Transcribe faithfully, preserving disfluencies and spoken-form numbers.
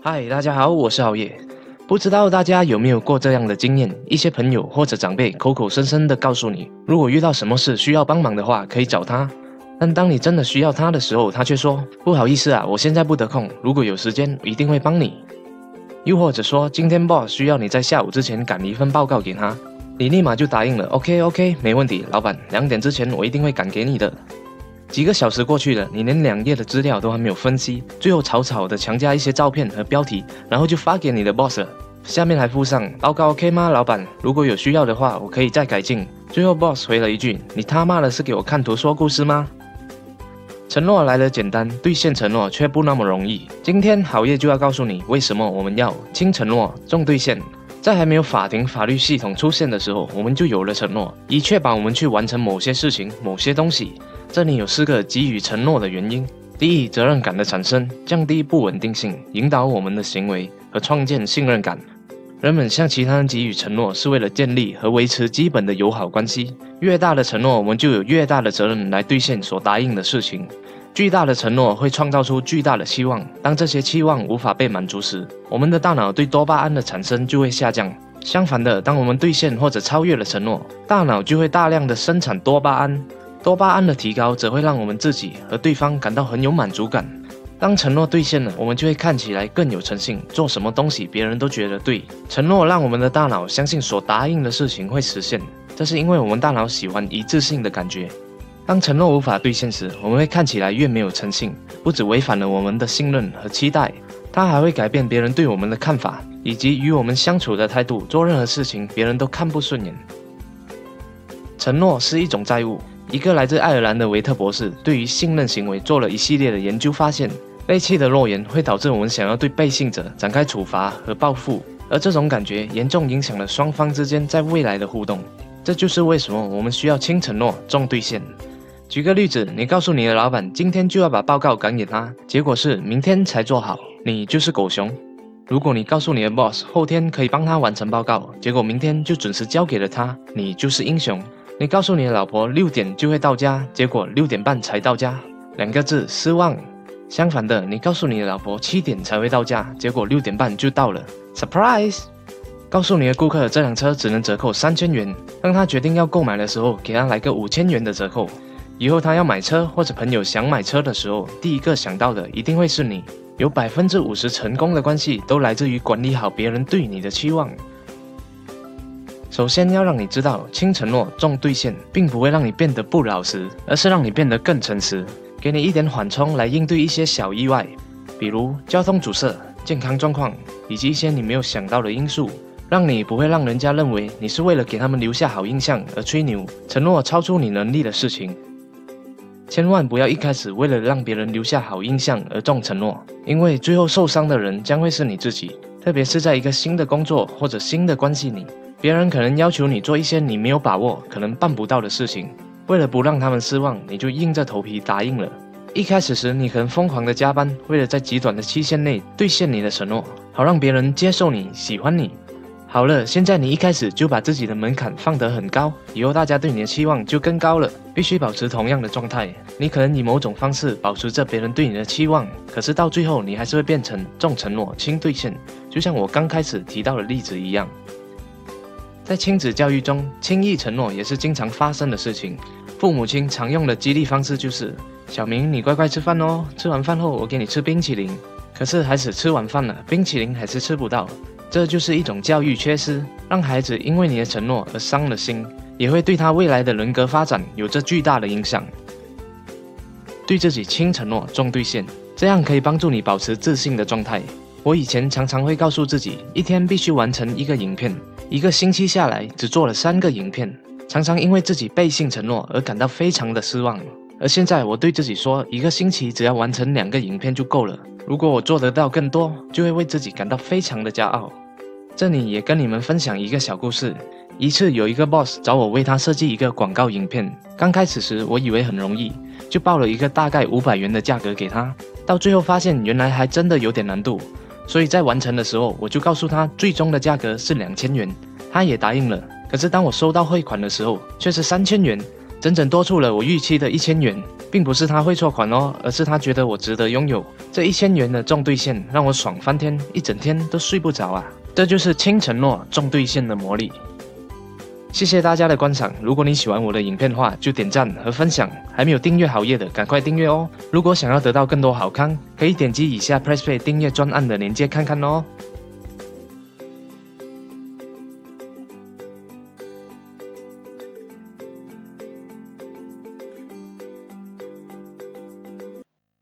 嗨，大家好，我是熬夜。不知道大家有没有过这样的经验？一些朋友或者长辈口口声声的告诉你，如果遇到什么事需要帮忙的话，可以找他。但当你真的需要他的时候，他却说：“不好意思啊，我现在不得空，如果有时间，我一定会帮你。”又或者说，今天 boss 需要你在下午之前赶一份报告给他，你立马就答应了 ，OK OK， 没问题，老板，两点之前我一定会赶给你的。几个小时过去了，你连两页的资料都还没有分析，最后草草的强加一些照片和标题，然后就发给你的 boss 了。下面还附上报告 OK 吗，老板？如果有需要的话，我可以再改进。最后 boss 回了一句：“你他妈的是给我看图说故事吗？”承诺来得简单，兑现承诺却不那么容易。今天好业就要告诉你，为什么我们要轻承诺，重兑现。在还没有法庭法律系统出现的时候，我们就有了承诺，以确保我们去完成某些事情、某些东西。这里有四个给予承诺的原因：第一，责任感的产生，降低不稳定性，引导我们的行为和创建信任感。人们向其他人给予承诺，是为了建立和维持基本的友好关系。越大的承诺，我们就有越大的责任来兑现所答应的事情。巨大的承诺会创造出巨大的期望，当这些期望无法被满足时，我们的大脑对多巴胺的产生就会下降。相反的，当我们兑现或者超越了承诺，大脑就会大量的生产多巴胺。多巴胺的提高则会让我们自己和对方感到很有满足感。当承诺兑现了，我们就会看起来更有诚信，做什么东西别人都觉得对。承诺让我们的大脑相信所答应的事情会实现，这是因为我们大脑喜欢一致性的感觉。当承诺无法兑现时，我们会看起来越没有诚信，不只违反了我们的信任和期待，它还会改变别人对我们的看法，以及与我们相处的态度。做任何事情，别人都看不顺眼。承诺是一种债务。一个来自爱尔兰的维特博士对于信任行为做了一系列的研究，发现背弃的诺言会导致我们想要对背信者展开处罚和报复，而这种感觉严重影响了双方之间在未来的互动。这就是为什么我们需要轻承诺，重兑现。举个例子，你告诉你的老板今天就要把报告赶给他，结果是明天才做好，你就是狗熊。如果你告诉你的 boss 后天可以帮他完成报告，结果明天就准时交给了他，你就是英雄。你告诉你的老婆六点就会到家，结果六点半才到家，两个字，失望。相反的，你告诉你的老婆七点才会到家，结果六点半就到了 ，surprise。告诉你的顾客这辆车只能折扣三千元，当他决定要购买的时候，给他来个五千元的折扣。以后他要买车或者朋友想买车的时候，第一个想到的一定会是你。有百分之五十成功的关系都来自于管理好别人对你的期望。首先要让你知道，轻承诺重兑现并不会让你变得不老实，而是让你变得更诚实，给你一点缓冲来应对一些小意外，比如交通阻塞、健康状况，以及一些你没有想到的因素，让你不会让人家认为你是为了给他们留下好印象而吹牛，承诺超出你能力的事情。千万不要一开始为了让别人留下好印象而重承诺，因为最后受伤的人将会是你自己，特别是在一个新的工作或者新的关系里。别人可能要求你做一些你没有把握、可能办不到的事情，为了不让他们失望，你就硬着头皮答应了。一开始时，你可能疯狂的加班，为了在极短的期限内兑现你的承诺，好让别人接受你、喜欢你。好了，现在你一开始就把自己的门槛放得很高，以后大家对你的期望就更高了，必须保持同样的状态。你可能以某种方式保持着别人对你的期望，可是到最后你还是会变成重承诺、轻兑现，就像我刚开始提到的例子一样。在亲子教育中，轻易承诺也是经常发生的事情。父母亲常用的激励方式就是：小明，你乖乖吃饭哦，吃完饭后我给你吃冰淇淋。可是孩子吃完饭了，冰淇淋还是吃不到，这就是一种教育缺失，让孩子因为你的承诺而伤了心，也会对他未来的人格发展有着巨大的影响。对自己轻承诺，重兑现，这样可以帮助你保持自信的状态。我以前常常会告诉自己，一天必须完成一个影片，一个星期下来只做了三个影片，常常因为自己背信承诺而感到非常的失望。而现在我对自己说，一个星期只要完成两个影片就够了，如果我做得到更多，就会为自己感到非常的骄傲。这里也跟你们分享一个小故事。一次有一个 boss 找我为他设计一个广告影片，刚开始时我以为很容易，就报了一个大概五百元的价格给他，到最后发现原来还真的有点难度，所以在完成的时候我就告诉他最终的价格是两千元，他也答应了。可是当我收到汇款的时候却是三千元， 整整多出了我预期的一千元，并不是他汇错款哦，而是他觉得我值得拥有这一千元的重兑现，让我爽翻天，一整天都睡不着啊！这就是轻承诺重兑现的魔力。谢谢大家的观赏，如果你喜欢我的影片的话，就点赞和分享。还没有订阅好业的，赶快订阅哦！如果想要得到更多好康，可以点击以下 PressPlay 订阅专案的链接看看哦。